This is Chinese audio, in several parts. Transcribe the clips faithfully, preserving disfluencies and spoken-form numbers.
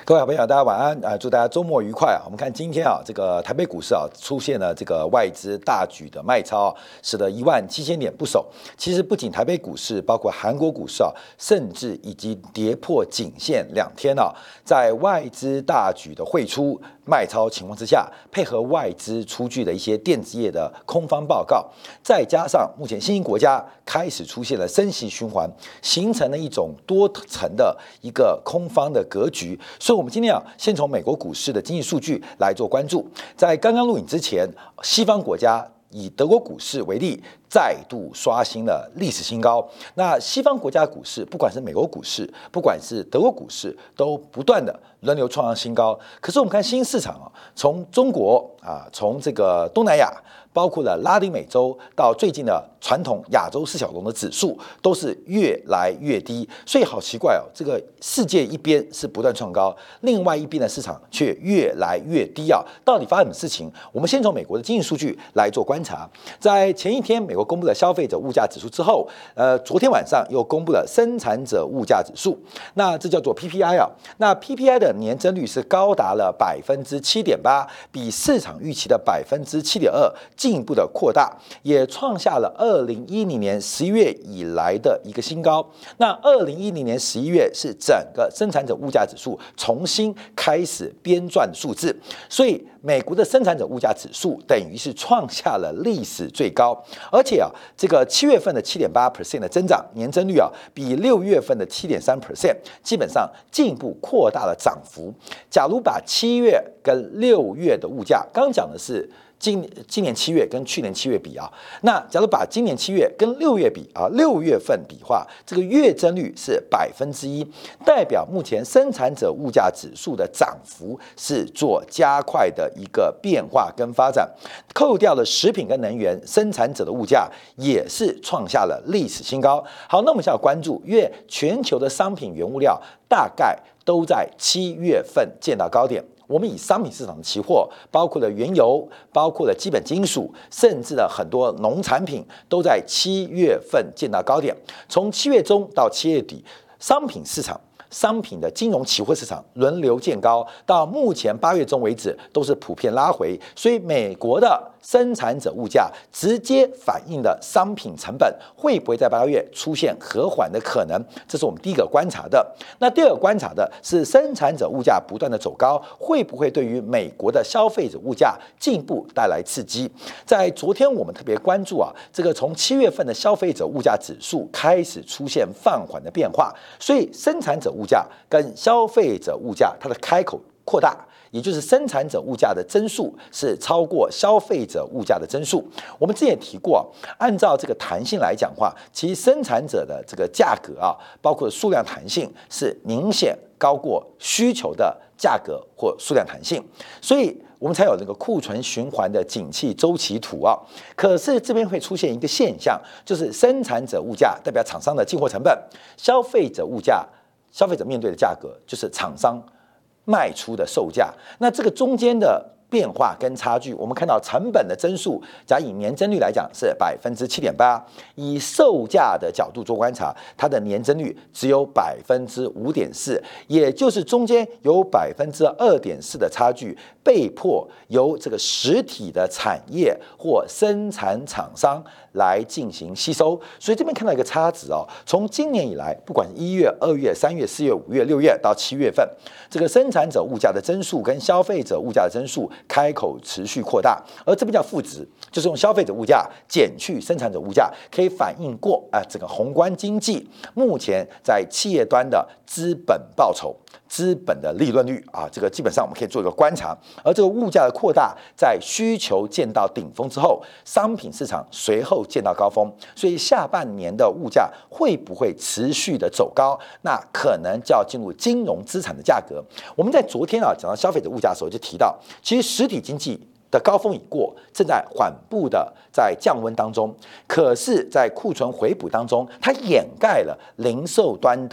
各位好朋友，大家晚安啊、呃！祝大家周末愉快啊！我们看今天啊，这个台北股市啊出现了这个外资大举的卖超、啊，使得一万七千点不守。其实不仅台北股市，包括韩国股市啊，甚至已经跌破颈线两天啊，在外资大举的汇出卖超情况之下，配合外资出具的一些电子业的空方报告，再加上目前新兴国家开始出现了升息循环，形成了一种多层的一个空方的格局。所以，我们今天啊，先从美国股市的经济数据来做关注。在刚刚录影之前，西方国家以德国股市为例，再度刷新了历史新高。那西方国家股市，不管是美国股市，不管是德国股市，都不断的轮流创上新高。可是我们看新市场啊，从中国啊，从这个东南亚，包括了拉丁美洲，到最近的传统亚洲四小龙的指数，都是越来越低。所以好奇怪哦，这个世界一边是不断创高，另外一边的市场却越来越低啊！到底发生什么事情？我们先从美国的经济数据来做观察。在前一天美国公布了消费者物价指数之后，呃，昨天晚上又公布了生产者物价指数，那这叫做 P P I 啊。那 P P I 的年增率是高达了百分之七点八，比市场预期的百分之七点二进一步的扩大，也创下了二零一零年十一月以来的一个新高。那二零一零年十一月是整个生产者物价指数重新开始编撰的数字，所以美国的生产者物价指数等于是创下了历史最高，而且啊，这个七月份的七点八 percent 的增长年增率啊，比六月份的七点三 percent 基本上进一步扩大了涨幅。假如把七月跟六月的物价，刚刚讲的是。今今年七月跟去年七月比啊，那假如把今年七月跟六月比啊，六月份比话，这个月增率是百分之一，代表目前生产者物价指数的涨幅是做加快的一个变化跟发展。扣掉了食品跟能源，生产者的物价也是创下了历史新高。好，那我们想要关注，因为全球的商品原物料大概都在七月份见到高点。我们以商品市场的期货，包括了原油，包括了基本金属，甚至了很多农产品，都在七月份见到高点。从七月中到七月底，商品市场。商品的金融期货市场轮流见高，到目前八月中为止都是普遍拉回，所以美国的生产者物价直接反映了商品成本会不会在八月出现和缓的可能，这是我们第一个观察的。那第二个观察的是生产者物价不断的走高，会不会对于美国的消费者物价进一步带来刺激？在昨天我们特别关注啊，这个从七月份的消费者物价指数开始出现放缓的变化，所以生产者物价物价跟消费者物价它的开口扩大，也就是生产者物价的增速是超过消费者物价的增速。我们之前也提过，按照这个弹性来讲话，其实生产者的这个价格啊，包括数量弹性是明显高过需求的价格或数量弹性，所以我们才有这个库存循环的景气周期图啊。可是这边会出现一个现象，就是生产者物价代表厂商的进货成本，消费者物价。消费者面对的价格就是厂商卖出的售价，那这个中间的变化跟差距，我们看到成本的增速，假以年增率来讲是百分之七点八，以售价的角度做观察，它的年增率只有百分之五点四，也就是中间有百分之二点四的差距，被迫由这个实体的产业或生产厂商来进行吸收。所以这边看到一个差值哦，从今年以来，不管是一月、二月、三月、四月、五月、六月到七月份，这个生产者物价的增速跟消费者物价的增速开口持续扩大，而这边叫负值，就是用消费者物价减去生产者物价，可以反映过啊、呃、这个宏观经济目前在企业端的资本报酬、资本的利润率啊，这个基本上我们可以做一个观察。而这个物价的扩大，在需求见到顶峰之后，商品市场随后见到高峰，所以下半年的物价会不会持续的走高？那可能就要进入金融资产的价格。我们在昨天啊讲到消费者物价的时候就提到，其实实体经济的高峰已过，正在缓步的在降温当中。可是，在库存回补当中，它掩盖了零售端的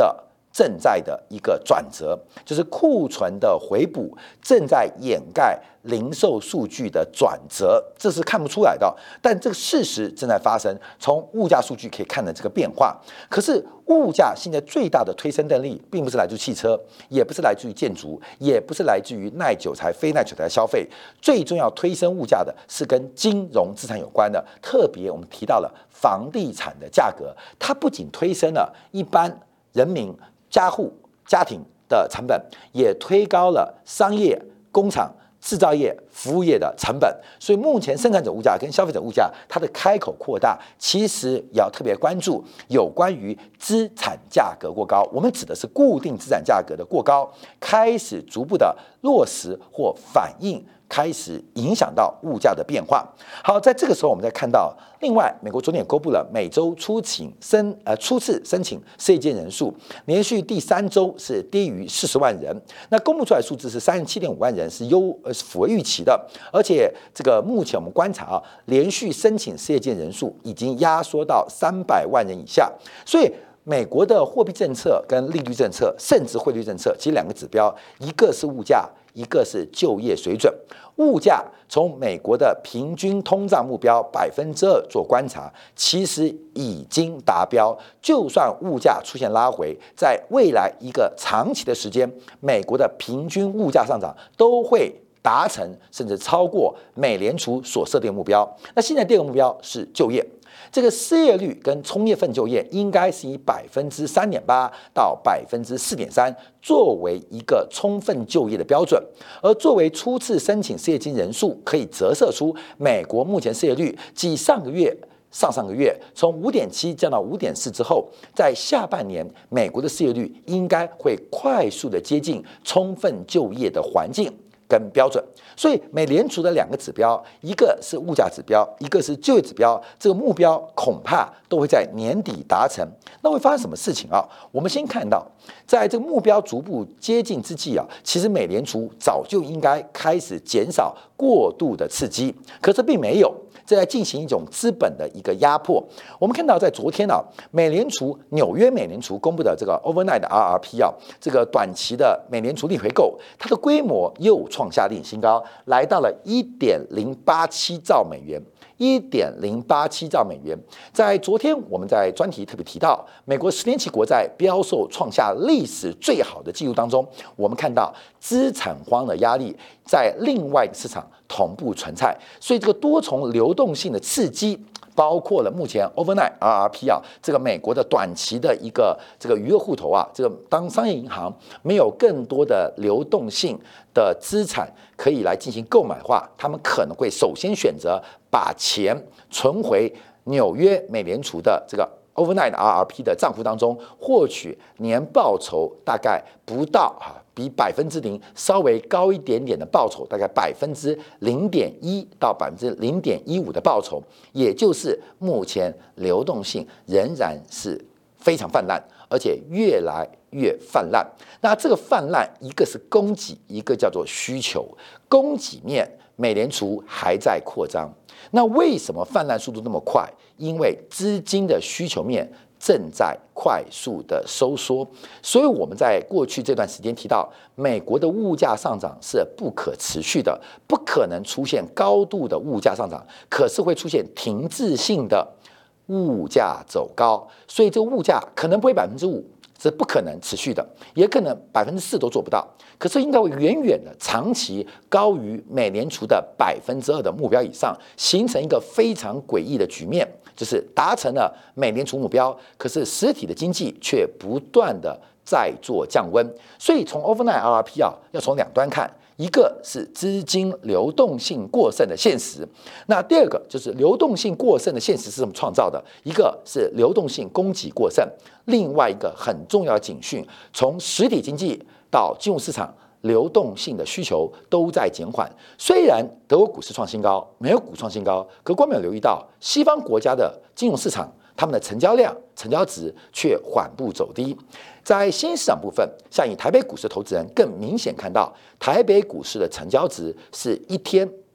正在的一个转折，就是库存的回补正在掩盖零售数据的转折，这是看不出来的，但这个事实正在发生。从物价数据可以看到这个变化。可是物价现在最大的推升动力，并不是来自于汽车，也不是来自于建筑，也不是来自于耐久材、非耐久材的消费。最重要推升物价的是跟金融资产有关的，特别我们提到了房地产的价格，它不仅推升了一般人民家户家庭的成本，也推高了商业工厂制造业服务业的成本。所以目前生产者物价跟消费者物价它的开口扩大，其实也要特别关注有关于资产价格过高，我们指的是固定资产价格的过高，开始逐步的落实或反映，开始影响到物价的变化。好，在这个时候我们再看到，另外美国昨天也公布了每周初请申呃初次申请失业金人数，连续第三周是低于四十万人。那公布出来的数字是三十七点五万人，是优呃是符合预期的。而且这个目前我们观察啊，连续申请失业金人数已经压缩到三百万人以下，所以。美国的货币政策跟利率政策，甚至汇率政策，其实两个指标，一个是物价，一个是就业水准。物价从美国的平均通胀目标百分之二做观察，其实已经达标。就算物价出现拉回，在未来一个长期的时间，美国的平均物价上涨都会达成甚至超过美联储所设定的目标。那现在第二个目标是就业。这个失业率跟冲业份就业应该是以百分之三点八到百分之四点三作为一个充分就业的标准，而作为初次申请失业金人数，可以折射出美国目前失业率继上个月、上上个月从五点七降到五点四之后，在下半年美国的失业率应该会快速的接近充分就业的环境跟标准。所以美联储的两个指标，一个是物价指标，一个是就业指标，这个目标恐怕都会在年底达成。那会发生什么事情啊？我们先看到，在这个目标逐步接近之际啊，其实美联储早就应该开始减少过度的刺激，可是并没有。这在进行一种资本的一个压迫。我们看到，在昨天啊，美联储纽约美联储公布的这个 overnight R R P 啊，这个短期的美联储逆回购，它的规模又创下历史新高，来到了一点零八七兆美元。一点零八七兆美元，在昨天我们在专题特别提到，美国十年期国债标售创下历史最好的纪录当中，我们看到资产荒的压力在另外市场同步存在，所以这个多重流动性的刺激。包括了目前 overnight R R P 啊，这个美国的短期的一个这个余额户头啊，这个当商业银行没有更多的流动性的资产可以来进行购买的话，他们可能会首先选择把钱存回纽约美联储的这个 overnight R R P 的账户当中，获取年报酬大概不到啊。比百分之零稍微高一点点的报酬，大概百分之零点一到百分之零点一五的报酬，也就是目前流动性仍然是非常泛滥，而且越来越泛滥。那这个泛滥，一个是供给，一个叫做需求。供给面，美联储还在扩张。那为什么泛滥速度那么快？因为资金的需求面正在快速的收缩，所以我们在过去这段时间提到，美国的物价上涨是不可持续的，不可能出现高度的物价上涨，可是会出现停滞性的物价走高，所以这个物价可能不会百分之五，是不可能持续的，也可能百分之四都做不到，可是应该会远远的长期高于美联储的百分之二的目标以上，形成一个非常诡异的局面。就是达成了美联储目标，可是实体的经济却不断的在做降温，所以从 overnight R R P 啊，要从两端看，一个是资金流动性过剩的现实，那第二个就是流动性过剩的现实是怎么创造的？一个是流动性供给过剩，另外一个很重要的警讯，从实体经济到金融市场。流动性的需求都在减缓，虽然德国股市创新高，美国股创新高，可观众有留意到，西方国家的金融市场，他们的成交量、成交值却缓步走低。在新兴市场部分，像以台北股市投资人更明显看到，台北股市的成交值是一天不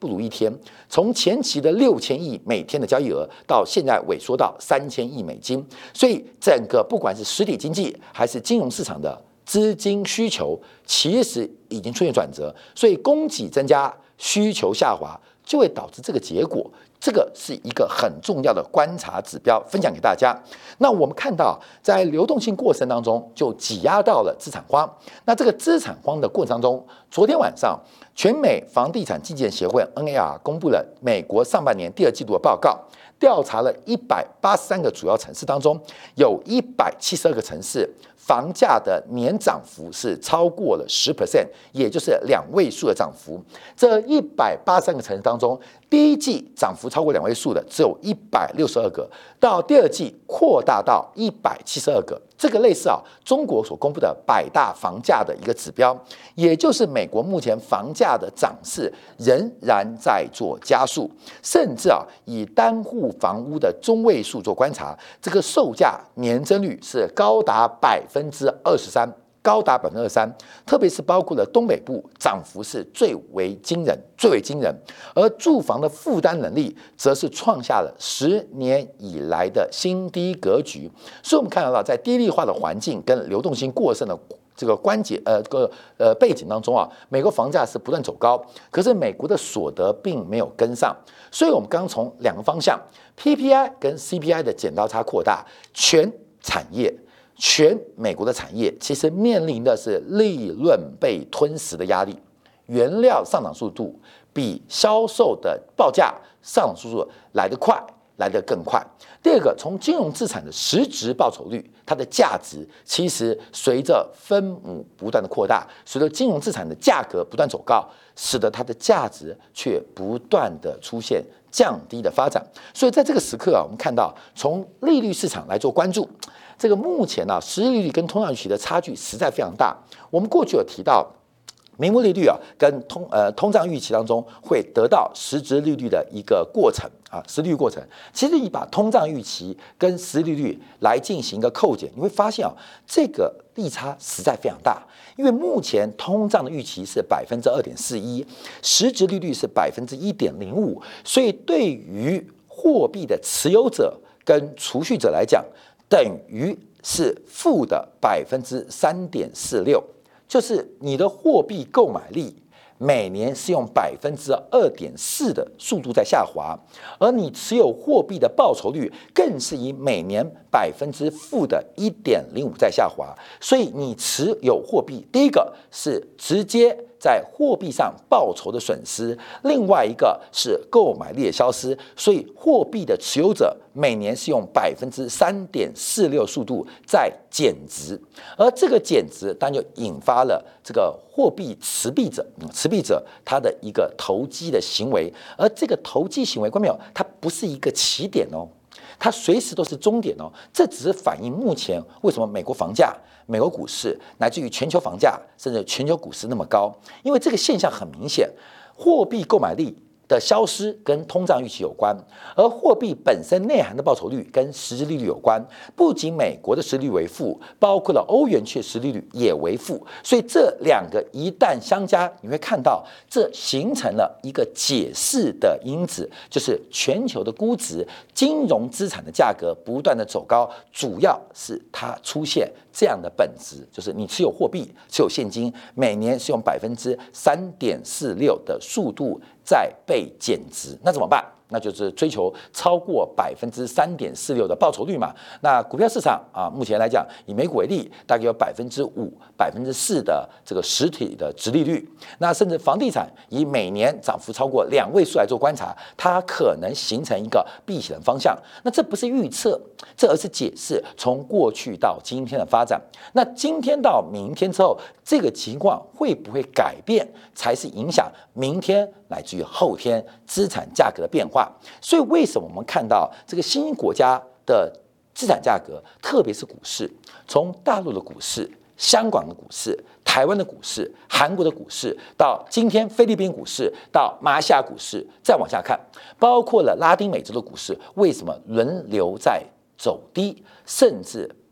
不如一天。从前期的六千亿每天的交易额，到现在萎缩到三千亿美金，所以整个不管是实体经济还是金融市场的资金需求，其实已经出现转折。所以供给增加，需求下滑，就会导致这个结果。这个是一个很重要的观察指标，分享给大家。那我们看到，在流动性过程当中，就挤压到了资产荒。那这个资产荒的过程当中，昨天晚上，全美房地产经纪人协会 N A R 公布了美国上半年第二季度的报告，调查了一百八十三个主要城市当中，有一百七十二个城市房价的年涨幅是超过了十 percent， 也就是两位数的涨幅。这一百八十三个城市当中，第一季涨幅超过两位数的只有一百六十二个，到第二季扩大到一百七十二个。这个类似啊，中国所公布的百大房价的一个指标，也就是美国目前房价的涨势仍然在做加速，甚至啊，以单户房屋的中位数做观察，这个售价年增率是高达百分之二十三。高达百分之二十三，特别是包括了东北部，涨幅是最为惊人、最为惊人。而住房的负担能力，则是创下了十年以来的新低格局。所以，我们看得到，在低利化的环境跟流动性过剩的这个关节呃这个呃背景当中啊，美国房价是不断走高，可是美国的所得并没有跟上。所以，我们刚从两个方向 ，P P I 跟 C P I 的剪刀差扩大，全产业。全美国的产业其实面临的是利润被吞噬的压力，原料上涨速度比销售的报价上涨速度来得快，来得更快。第二个，从金融资产的实质报酬率，它的价值其实随着分母不断的扩大，随着金融资产的价格不断走高，使得它的价值却不断的出现降低的发展。所以在这个时刻啊，我们看到从利率市场来做关注。这个目前呢、啊，实际利率跟通胀预期的差距实在非常大。我们过去有提到，名目利率啊，跟通呃通胀预期当中会得到实质利率的一个过程啊，实利率过程。其实你把通胀预期跟实利率来进行一个扣减，你会发现啊，这个利差实在非常大。因为目前通胀的预期是百分之二点四一，实质利率是百分之一点零五，所以对于货币的持有者跟储蓄者来讲，等于是负的百分之三点四六，就是你的货币购买力每年是用百分之二点四的速度在下滑，而你持有货币的报酬率更是以每年百分之负的一点零五在下滑。所以你持有货币，第一个是直接在货币上报酬的损失，另外一个是购买力的消失。所以货币的持有者每年是用百分之三点四六速度在减值，而这个减值当然就引发了这个货币持币者、嗯、持币者他的一个投机的行为，而这个投机行为，观众朋友，它不是一个起点哦，它随时都是终点哦。这只是反映目前为什么美国房价、美国股市，乃至于全球房价，甚至全球股市那么高，因为这个现象很明显，货币购买力的消失跟通胀预期有关，而货币本身内涵的报酬率跟实质利率有关。不仅美国的实力为负，包括了欧元区实利率也为负，所以这两个一旦相加，你会看到这形成了一个解释的因子，就是全球的估值、金融资产的价格不断的走高，主要是它出现这样的本质，就是你持有货币、持有现金，每年是用百分之三点四六的速度在被减值，那怎么办？那就是追求超过百分之三点四六的报酬率嘛。那股票市场啊，目前来讲，以美股为例，大概有百分之五、百分之四的这个实体的殖利率。那甚至房地产以每年涨幅超过两位数来做观察，它可能形成一个避险的方向。那这不是预测，这而是解释从过去到今天的发展。那今天到明天之后，这个情况会不会改变，才是影响明天乃至于后天资产价格的变化。所以为什么我们看到这个新兴国家的资产价格，特别是股市，从大陆的股市、香港的股市、台湾的股市、韩国的股市，到今天菲律宾股市，到马来西亚股市，再往下看，包括了拉丁美洲的股市，为什么轮流在走低，甚至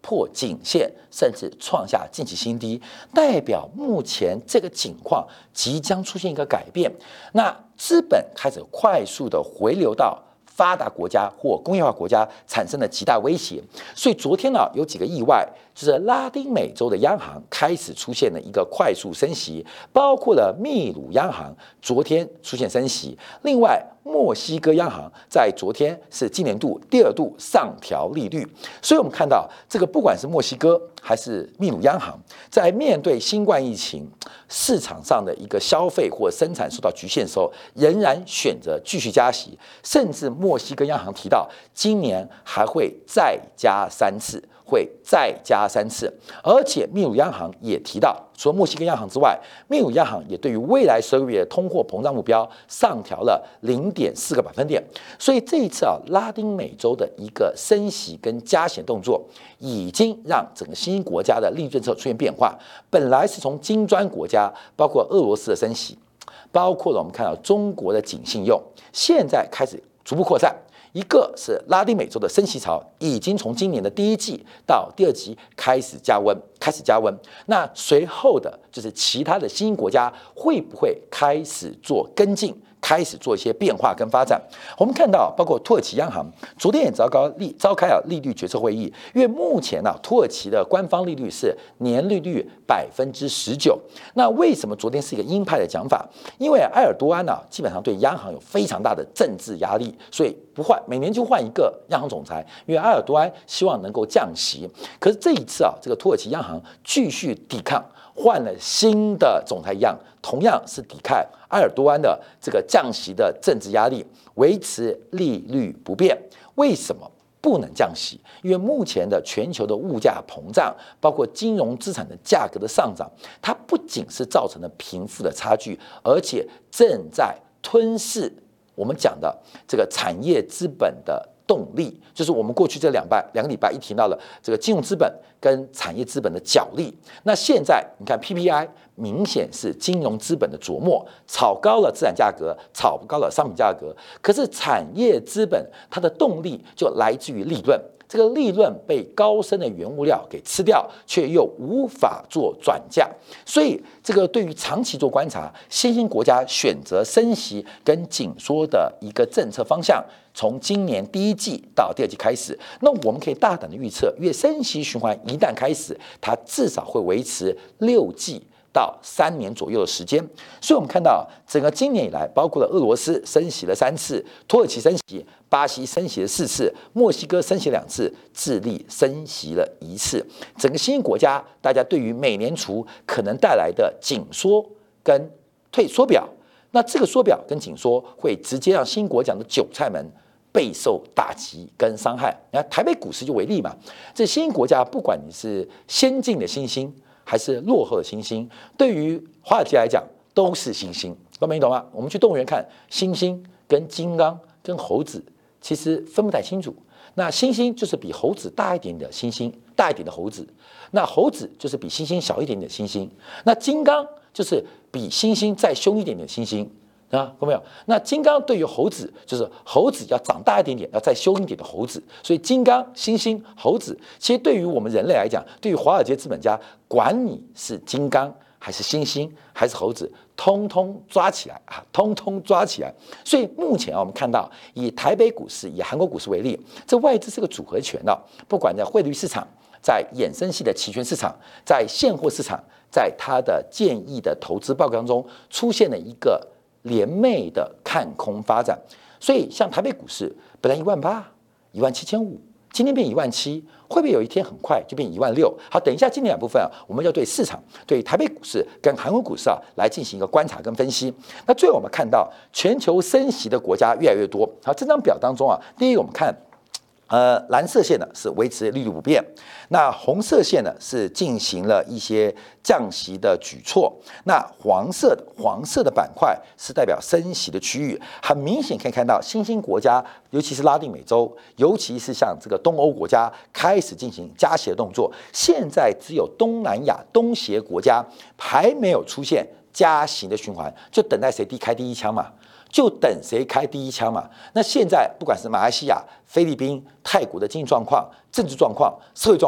破颈线，甚至创下近期新低，代表目前这个景况即将出现一个改变。那资本开始快速的回流到发达国家或工业化国家，产生了极大威胁。所以昨天呢，有几个意外，就是拉丁美洲的央行开始出现了一个快速升息，包括了秘鲁央行昨天出现升息，另外墨西哥央行在昨天是今年度第二度上调利率。所以我们看到这个不管是墨西哥还是秘鲁央行，在面对新冠疫情市场上的一个消费或生产受到局限的时候，仍然选择继续加息，甚至墨西哥央行提到今年还会再加三次。会再加三次，而且秘鲁央行也提到，除了墨西哥央行之外，秘鲁央行也对于未来十二个月的通货膨胀目标上调了零点四个百分点。所以这一次啊，拉丁美洲的一个升息跟加息动作，已经让整个新兴国家的利率政策出现变化。本来是从金砖国家，包括俄罗斯的升息，包括了我们看到中国的紧信用，现在开始逐步扩散。一个是拉丁美洲的升息潮，已经从今年的第一季到第二季开始加温，开始加温。那随后的就是其他的新兴国家会不会开始做跟进？开始做一些变化跟发展。我们看到，包括土耳其央行昨天也召开利召开了利率决策会议，因为目前呢、啊，土耳其的官方利率是年利率百分之十九。那为什么昨天是一个鹰派的讲法？因为埃尔多安呢、啊，基本上对央行有非常大的政治压力，所以不换，每年就换一个央行总裁。因为埃尔多安希望能够降息，可是这一次啊，这个土耳其央行继续抵抗。换了新的总裁一样，同样是抵抗埃尔多安的这个降息的政治压力，维持利率不变。为什么不能降息？因为目前的全球的物价膨胀，包括金融资产的价格的上涨，它不仅是造成了贫富的差距，而且正在吞噬我们讲的这个产业资本的动力，就是我们过去这两拜两个礼拜一提到了这个金融资本跟产业资本的角力。那现在你看 P P I 明显是金融资本的琢磨，炒高了资产价格，炒高了商品价格。可是产业资本它的动力就来自于利润。这个利润被高升的原物料给吃掉，却又无法做转嫁，所以这个对于长期做观察，新兴国家选择升息跟紧缩的一个政策方向，从今年第一季到第二季开始，那我们可以大胆的预测，因为升息循环一旦开始，它至少会维持六季。到三年左右的时间，所以我们看到整个今年以来，包括了俄罗斯升息了三次，土耳其升息，巴西升息了四次，墨西哥升息两次，智利升息了一次。整个新兴国家，大家对于美联储可能带来的紧缩跟退缩表，那这个缩表跟紧缩会直接让新兴国家的韭菜们备受打击跟伤害。那台北股市就为例嘛，这新兴国家，不管你是先进的新兴。还是落后的新兴，对于华尔街来讲都是新兴，各位你懂吗？我们去动物园看猩猩跟金刚跟猴子，其实分不太清楚。那猩猩就是比猴子大一点的猩猩，大一点的猴子；那猴子就是比猩猩小一点点的猩猩；那金刚就是比猩猩再凶一点点的猩猩。啊，看到没有？那金刚对于猴子，就是猴子要长大一点点，要再凶一点的猴子。所以金刚、猩猩、猴子，其实对于我们人类来讲，对于华尔街资本家，管你是金刚还是猩猩还是猴子，通通抓起来啊，通通抓起来。所以目前啊，我们看到以台北股市、以韩国股市为例，这外资是个组合拳的，不管在汇率市场、在衍生系的期权市场、在现货市场，在它的建议的投资报告当中，出现了一个。联袂的看空发展，所以像台北股市本来一万八、一万七千五，今天变一万七，会不会有一天很快就变一万六？好，等一下今天两部分啊，我们要对市场、对台北股市跟韩国股市啊来进行一个观察跟分析。那最后我们看到全球升息的国家越来越多。好，这张表当中啊，第一个我们看。呃，蓝色线呢是维持利率不变，那红色线呢是进行了一些降息的举措，那黄色的黄色的板块是代表升息的区域，很明显可以看到新兴国家，尤其是拉丁美洲，尤其是像这个东欧国家开始进行加息的动作，现在只有东南亚东协国家还没有出现加息的循环，就等待谁第开第一枪嘛。就等谁开第一枪嘛。那现在不管是马来西亚、菲律宾、泰国的经济状况、政治状况、社会状况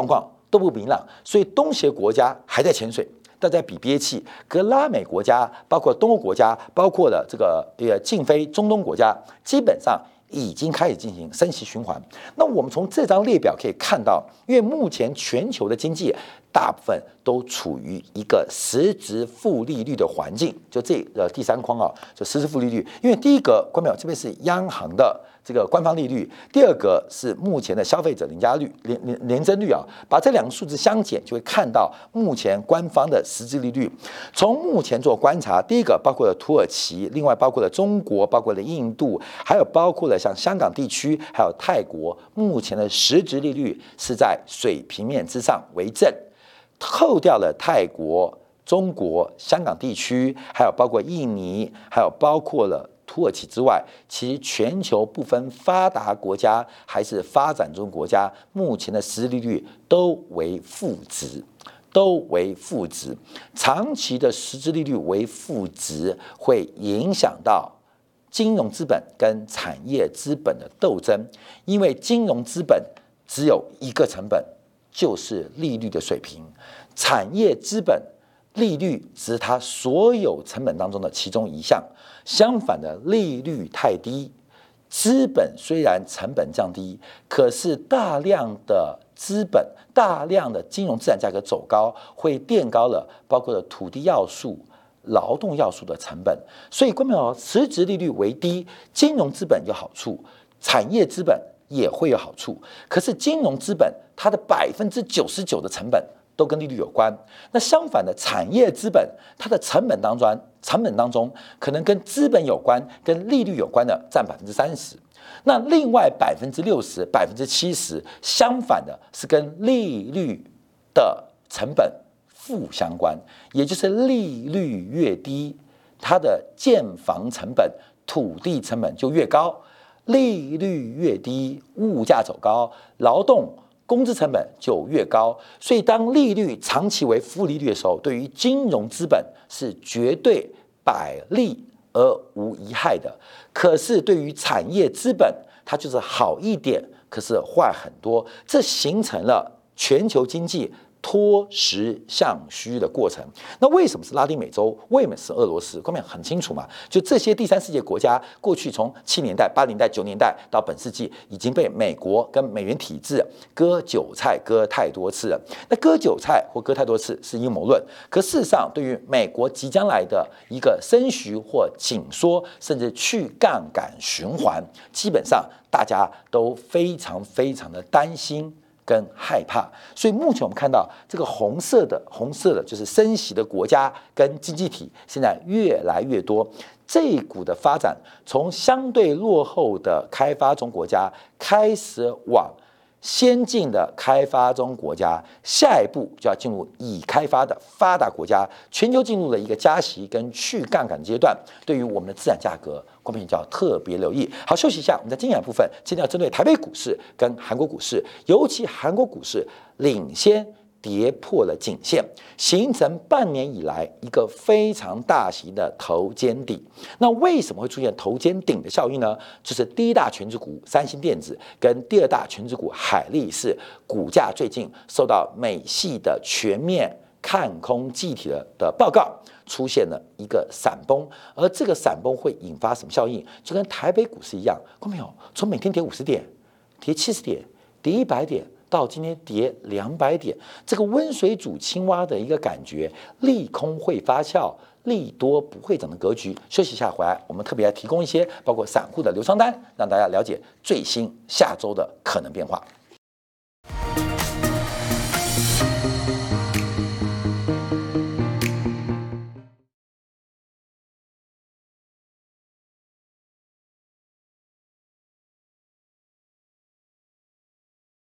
都不明朗，所以东协国家还在潜水。大家比憋气，可拉美国家，包括东欧国家，包括了这个呃近非中东国家，基本上已经开始进行升息循环。那我们从这张列表可以看到，因为目前全球的经济大部分都处于一个实质负利率的环境，就这呃第三框啊，就实质负利率。因为第一个观众朋友这边是央行的这个官方利率，第二个是目前的消费者廉价率、廉廉廉征率啊，把这两个数字相减，就会看到目前官方的实质利率。从目前做观察，第一个包括了土耳其，另外包括了中国，包括了印度，还有包括了像香港地区，还有泰国，目前的实质利率是在水平面之上为正。扣掉了泰国、中国、香港地区，还有包括印尼，还有包括了土耳其之外，其实全球不分发达国家还是发展中国家，目前的实质利率都为负值，都为负值。长期的实质利率为负值，会影响到金融资本跟产业资本的斗争，因为金融资本只有一个成本，就是利率的水平，产业资本利率只是它所有成本当中的其中一项。相反的，利率太低，资本虽然成本降低，可是大量的资本、大量的金融资产价格走高，会垫高了包括了土地要素、劳动要素的成本。所以，观众朋友，实质利率为低，金融资本有好处，产业资本也会有好处。可是，金融资本它的百分之九十九的成本都跟利率有关。那相反的，产业资本它的成本当中，成本当中可能跟资本有关、跟利率有关的占百分之三十。那另外百分之六十、百分之七十，相反的是跟利率的成本负相关，也就是利率越低，它的建房成本、土地成本就越高。利率越低，物价走高，劳动工资成本就越高。所以当利率长期为负利率的时候，对于金融资本是绝对百利而无一害的。可是对于产业资本，它就是好一点，可是坏很多。这形成了全球经济脱实向虚的过程。那为什么是拉丁美洲？为什么是俄罗斯？后面很清楚嘛，就这些第三世界国家，过去从七年代、八年代、九年代到本世纪，已经被美国跟美元体制割韭菜割太多次了。那割韭菜或割太多次是阴谋论，可事实上，对于美国即将来的一个升息或紧缩，甚至去杠杆循环，基本上大家都非常非常的担心跟害怕。所以目前我们看到这个红色的红色的就是升息的国家跟经济体现在越来越多。这一股的发展从相对落后的开发中国家开始往先进的开发中国家，下一步就要进入已开发的发达国家，全球进入了一个加息跟去杠杆阶段。对于我们的资产价格，观众就要特别留意。好，休息一下，我们在精讲部分，今天要针对台北股市跟韩国股市，尤其韩国股市领先跌破了颈线，形成半年以来一个非常大型的头肩底。那为什么会出现头肩顶的效应呢？就是第一大权值股三星电子跟第二大权值股海力士股价最近受到美系的全面看空记忆体的的报告，出现了一个闪崩。而这个闪崩会引发什么效应？就跟台北股市一样，看到没有？从每天跌五十点，跌七十点，跌一百点，到今天跌两百点，这个温水煮青蛙的一个感觉，利空会发酵，利多不会涨的格局。休息一下回来，我们特别来提供一些包括散户的流仓单，让大家了解最新下周的可能变化。